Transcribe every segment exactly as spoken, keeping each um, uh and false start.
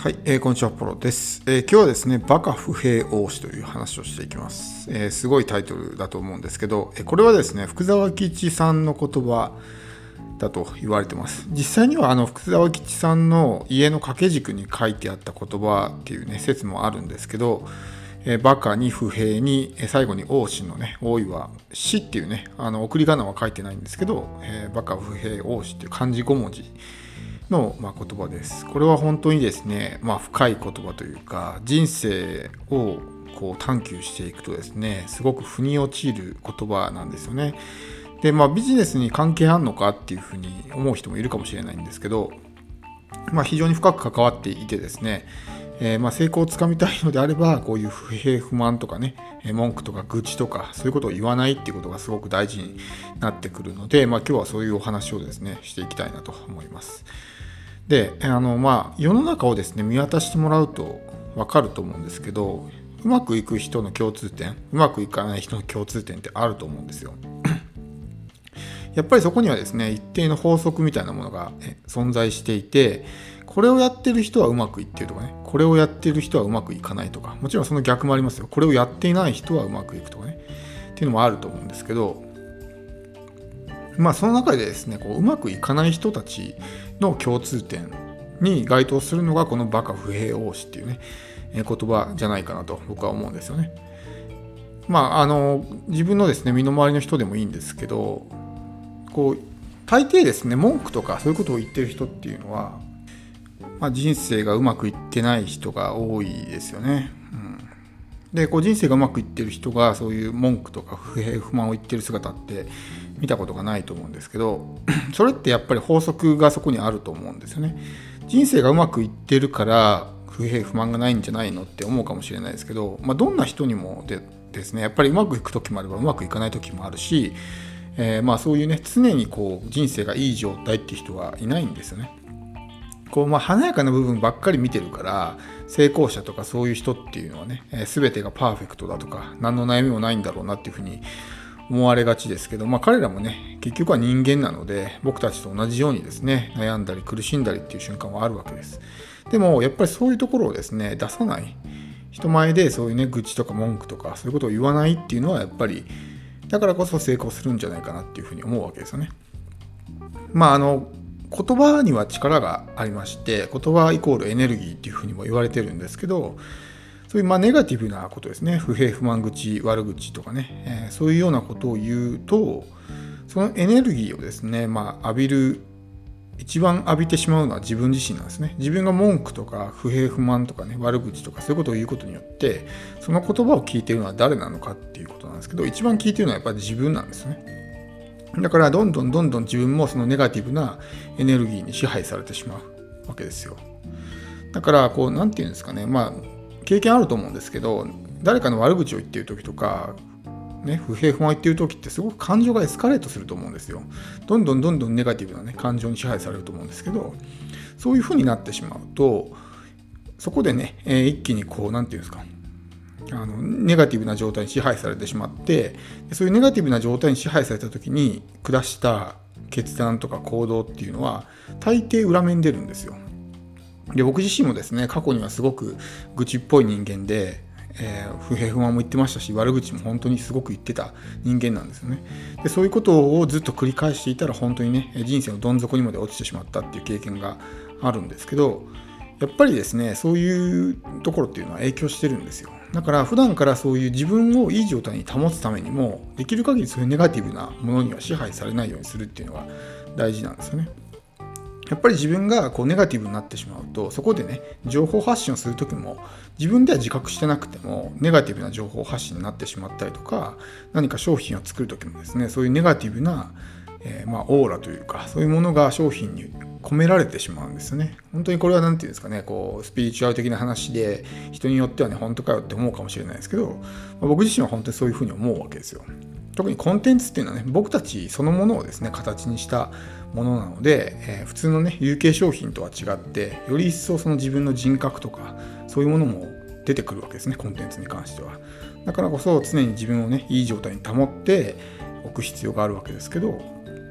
はい、えー、こんにちは、ポロです、えー。今日はですね、バカ不平王子という話をしていきます。えー、すごいタイトルだと思うんですけど、えー、これはですね、福沢諭吉さんの言葉だと言われてます。実際にはあの福沢諭吉さんの家の掛け軸に書いてあった言葉っていうね、説もあるんですけど、えー、バカに不平に、えー、最後に王子のね、王位は死っていうね、あの送り仮名は書いてないんですけど、えー、バカ不平王子っていう漢字ご文字の、まあ、言葉です。これは本当にですね、まあ、深い言葉というか、人生をこう探求していくとですね、すごく腑に落ちる言葉なんですよね。で、まあ、ビジネスに関係あるのかっていうふうに思う人もいるかもしれないんですけど、まあ、非常に深く関わっていてですね、えー、まあ成功をつかみたいのであれば、こういう不平不満とかね、文句とか愚痴とかそういうことを言わないっていうことがすごく大事になってくるので、まあ、今日はそういうお話をですねしていきたいなと思います。で、あのまあ世の中をですね見渡してもらうと分かると思うんですけど、うまくいく人の共通点、うまくいかない人の共通点ってあると思うんですよ。やっぱりそこにはですね一定の法則みたいなものが存在していて、これをやってる人はうまくいってるとかね、これをやってる人はうまくいかないとか、もちろんその逆もありますよ。これをやっていない人はうまくいくとかねっていうのもあると思うんですけど、まあその中でですねこううまくいかない人たちの共通点に該当するのがこのバカ不平王子っていうね言葉じゃないかなと僕は思うんですよね。まああの自分のですね身の回りの人でもいいんですけど、こう大抵ですね文句とかそういうことを言ってる人っていうのは、まあ、人生がうまくいってない人が多いですよね。うん、でこう人生がうまくいってる人がそういう文句とか不平不満を言ってる姿って見たことがないと思うんですけど、それってやっぱり法則がそこにあると思うんですよね。人生がうまくいってるから不平不満がないんじゃないのって思うかもしれないですけど、まあ、どんな人にもでですねやっぱりうまくいく時もあればうまくいかない時もあるし、えー、まあそういうね常にこう人生がいい状態っていう人はいないんですよね。こうまあ華やかな部分ばっかり見てるから、成功者とかそういう人っていうのはね、えー、全てがパーフェクトだとか何の悩みもないんだろうなっていうふうに思われがちですけど、まあ、彼らもね結局は人間なので僕たちと同じようにですね悩んだり苦しんだりっていう瞬間はあるわけです。でもやっぱりそういうところをですね出さない、人前でそういうね愚痴とか文句とかそういうことを言わないっていうのはやっぱりだからこそ成功するんじゃないかなっていうふうに思うわけですよね。まああの言葉には力がありまして、言葉イコールエネルギーっていうふうにも言われてるんですけど、そういうまあネガティブなことですね、不平不満口悪口とかね、えー、そういうようなことを言うと、そのエネルギーをですね、まあ、浴びる一番浴びてしまうのは自分自身なんですね。自分が文句とか不平不満とかね悪口とかそういうことを言うことによってその言葉を聞いているのは誰なのかっていうことなんですけど、一番聞いているのはやっぱり自分なんですよね。だからどんどんどんどん自分もそのネガティブなエネルギーに支配されてしまうわけですよ。だからこうなんていうんですかね、まあ経験あると思うんですけど、誰かの悪口を言っている時とか、ね、不平不満を言っている時ってすごく感情がエスカレートすると思うんですよ。どんどんどんどんネガティブな、ね、感情に支配されると思うんですけど、そういう風になってしまうとそこでね、えー、一気にこうなんていうんですか、あのネガティブな状態に支配されてしまって、そういうネガティブな状態に支配された時に下した決断とか行動っていうのは大抵裏面に出るんですよ。で僕自身もですね過去にはすごく愚痴っぽい人間で、えー、不平不満も言ってましたし、悪口も本当にすごく言ってた人間なんですよね。でそういうことをずっと繰り返していたら本当にね人生のどん底にまで落ちてしまったっていう経験があるんですけど、やっぱりですねそういうところっていうのは影響してるんですよ。だから普段からそういう自分をいい状態に保つためにもできる限りそういうネガティブなものには支配されないようにするっていうのが大事なんですよね。やっぱり自分がこうネガティブになってしまうと、そこでね情報発信をするときも自分では自覚してなくてもネガティブな情報発信になってしまったりとか、何か商品を作るときもですねそういうネガティブな、えー、まあオーラというかそういうものが商品に込められてしまうんですよね。本当にこれは何て言うんですかね、こうスピリチュアル的な話で人によってはね本当かよって思うかもしれないですけど、まあ、僕自身は本当にそういうふうに思うわけですよ。特にコンテンツっていうのはね僕たちそのものをですね形にしたものなので、えー、普通のね有形商品とは違ってより一層その自分の人格とかそういうものも出てくるわけですね、コンテンツに関しては。だからこそ常に自分をねいい状態に保っておく必要があるわけですけど、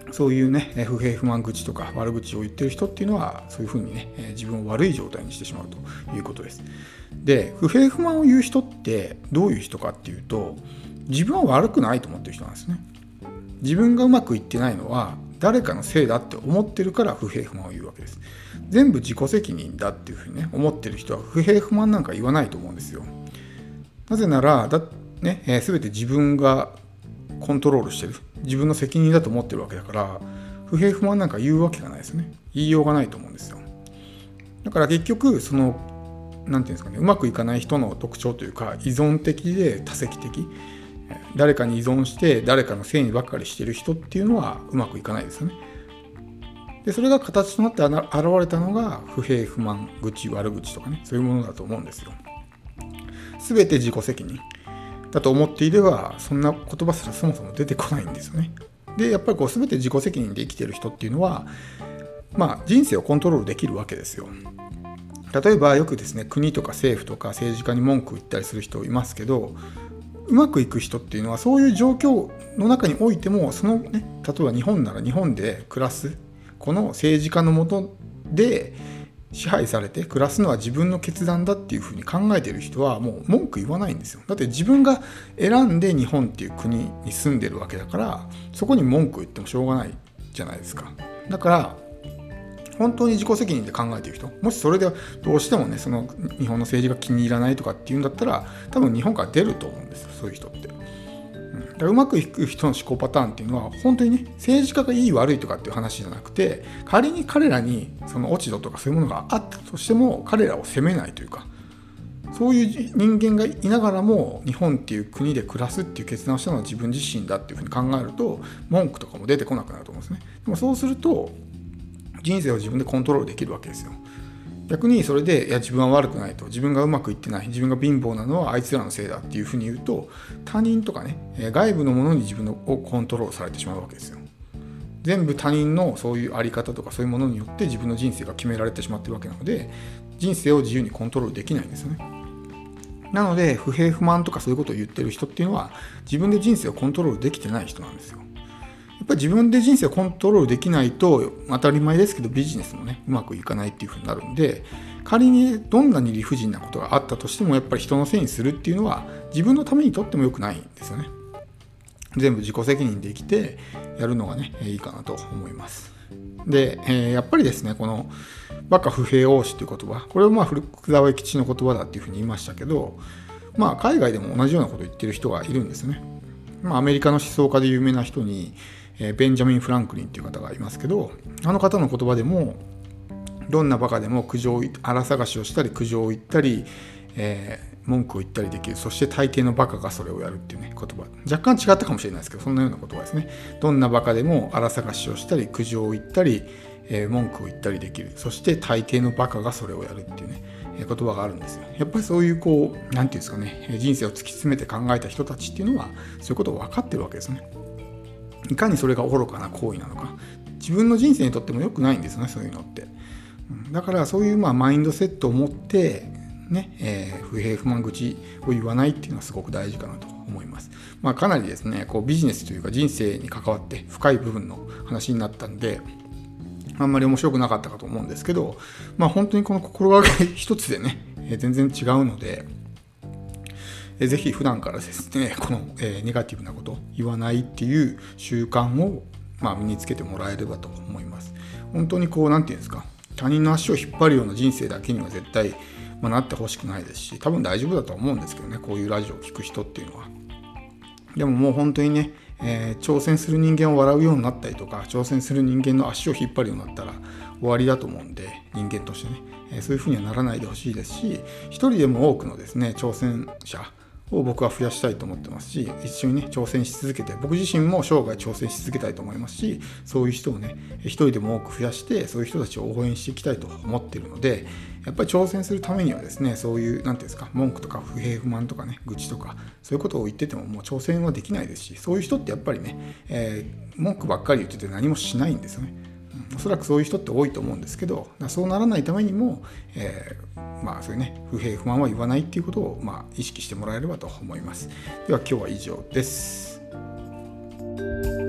そういうね不平不満口とか悪口を言ってる人っていうのはそういうふうにね自分を悪い状態にしてしまうということです。で、不平不満を言う人ってどういう人かっていうと、自分は悪くないと思ってる人なんですね。自分がうまくいってないのは誰かのせいだって思ってるから不平不満を言うわけです。全部自己責任だっていうふうにね思ってる人は不平不満なんか言わないと思うんですよ。なぜならだ、ねえー、全て自分がコントロールしてる、自分の責任だと思ってるわけだから、不平不満なんか言うわけがないですよね。言いようがないと思うんですよ。だから結局そのなんていうんですかね、うまくいかない人の特徴というか、依存的で多責的、誰かに依存して誰かのせいにばっかりしてる人っていうのはうまくいかないですよね。でそれが形となって現れたのが不平不満愚痴悪口とかね、そういうものだと思うんですよ。全て自己責任だと思っていればそんな言葉すらそもそも出てこないんですよね。でやっぱりこう全て自己責任で生きてる人っていうのは、まあ人生をコントロールできるわけですよ。例えばよくですね、国とか政府とか政治家に文句を言ったりする人いますけど、うまくいく人っていうのはそういう状況の中においても、そのね、例えば日本なら日本で暮らすこの政治家の下で支配されて暮らすのは自分の決断だっていうふうに考えている人はもう文句言わないんですよ。だって自分が選んで日本っていう国に住んでるわけだから、そこに文句言ってもしょうがないじゃないですか。だから本当に自己責任で考えている人、もしそれでどうしてもねその日本の政治が気に入らないとかっていうんだったら、多分日本から出ると思うんですよ、そういう人って。うん、だからうまくいく人の思考パターンっていうのは本当にね、政治家がいい悪いとかっていう話じゃなくて、仮に彼らにその落ち度とかそういうものがあったとしても彼らを責めないというか、そういう人間がいながらも日本っていう国で暮らすっていう決断をしたのは自分自身だっていうふうに考えると、文句とかも出てこなくなると思うんですね。でもそうすると人生を自分でコントロールできるわけですよ。逆にそれでいや自分は悪くないと、自分がうまくいってない、自分が貧乏なのはあいつらのせいだっていうふうに言うと、他人とかね外部のものに自分をコントロールされてしまうわけですよ。全部他人のそういうあり方とかそういうものによって自分の人生が決められてしまっているわけなので、人生を自由にコントロールできないんですよね。なので不平不満とかそういうことを言ってる人っていうのは自分で人生をコントロールできてない人なんですよ。やっぱり自分で人生をコントロールできないと、当たり前ですけどビジネスもねうまくいかないっていう風になるんで、仮にどんなに理不尽なことがあったとしてもやっぱり人のせいにするっていうのは自分のためにとっても良くないんですよね。全部自己責任で生きてやるのがねいいかなと思います。で、えー、やっぱりですね、この馬鹿不平応詞という言葉、これはまあ福沢諭吉の言葉だっていうふうに言いましたけど、まあ海外でも同じようなことを言ってる人がいるんですね。まあ、アメリカの思想家で有名な人にベンジャミン・フランクリンっていう方がいますけど、あの方の言葉でもどんなバカでも苦情荒探しをしたり苦情を言ったり、えー、文句を言ったりできる、そして大抵のバカがそれをやるっていうね言葉、若干違ったかもしれないですけどそんなような言葉ですね。どんなバカでも荒探しをしたり苦情を言ったり、えー、文句を言ったりできる、そして大抵のバカがそれをやるっていうね言葉があるんですよ。やっぱりそういうこうなんていうんですかね、人生を突き詰めて考えた人たちっていうのはそういうことを分かってるわけですね。いかにそれが愚かな行為なのか、自分の人生にとっても良くないんですよね、そういうのって。だからそういうまあマインドセットを持ってね、えー、不平不満口を言わないっていうのはすごく大事かなと思います。まあ、かなりですねこうビジネスというか人生に関わって深い部分の話になったんであんまり面白くなかったかと思うんですけど、まあ本当にこの心がけ一つでね、えー、全然違うので、えー、ぜひ普段からですねこの、えー、ネガティブなことを言わないっていう習慣を、まあ、身につけてもらえればと思います。本当にこうなんていうんですか、他人の足を引っ張るような人生だけには絶対、まあ、なってほしくないですし、多分大丈夫だと思うんですけどね、こういうラジオを聞く人っていうのは。でももう本当にね、えー、挑戦する人間を笑うようになったりとか、挑戦する人間の足を引っ張るようになったら終わりだと思うんで、人間としてね、えー、そういうふうにはならないでほしいですし、一人でも多くのですね挑戦者を僕は増やしたいと思ってますし、一緒にね挑戦し続けて、僕自身も生涯挑戦し続けたいと思いますし、そういう人をね一人でも多く増やして、そういう人たちを応援していきたいと思っているので、やっぱり挑戦するためにはですね、そういうなんていうんですか、文句とか不平不満とかね愚痴とかそういうことを言っててももう挑戦はできないですし、そういう人ってやっぱりね、えー、文句ばっかり言ってて何もしないんですよね。おそらくそういう人って多いと思うんですけど、そうならないためにも、えー、まあそういうね不平不満は言わないっていうことを、まあ、意識してもらえればと思います。では今日は以上です。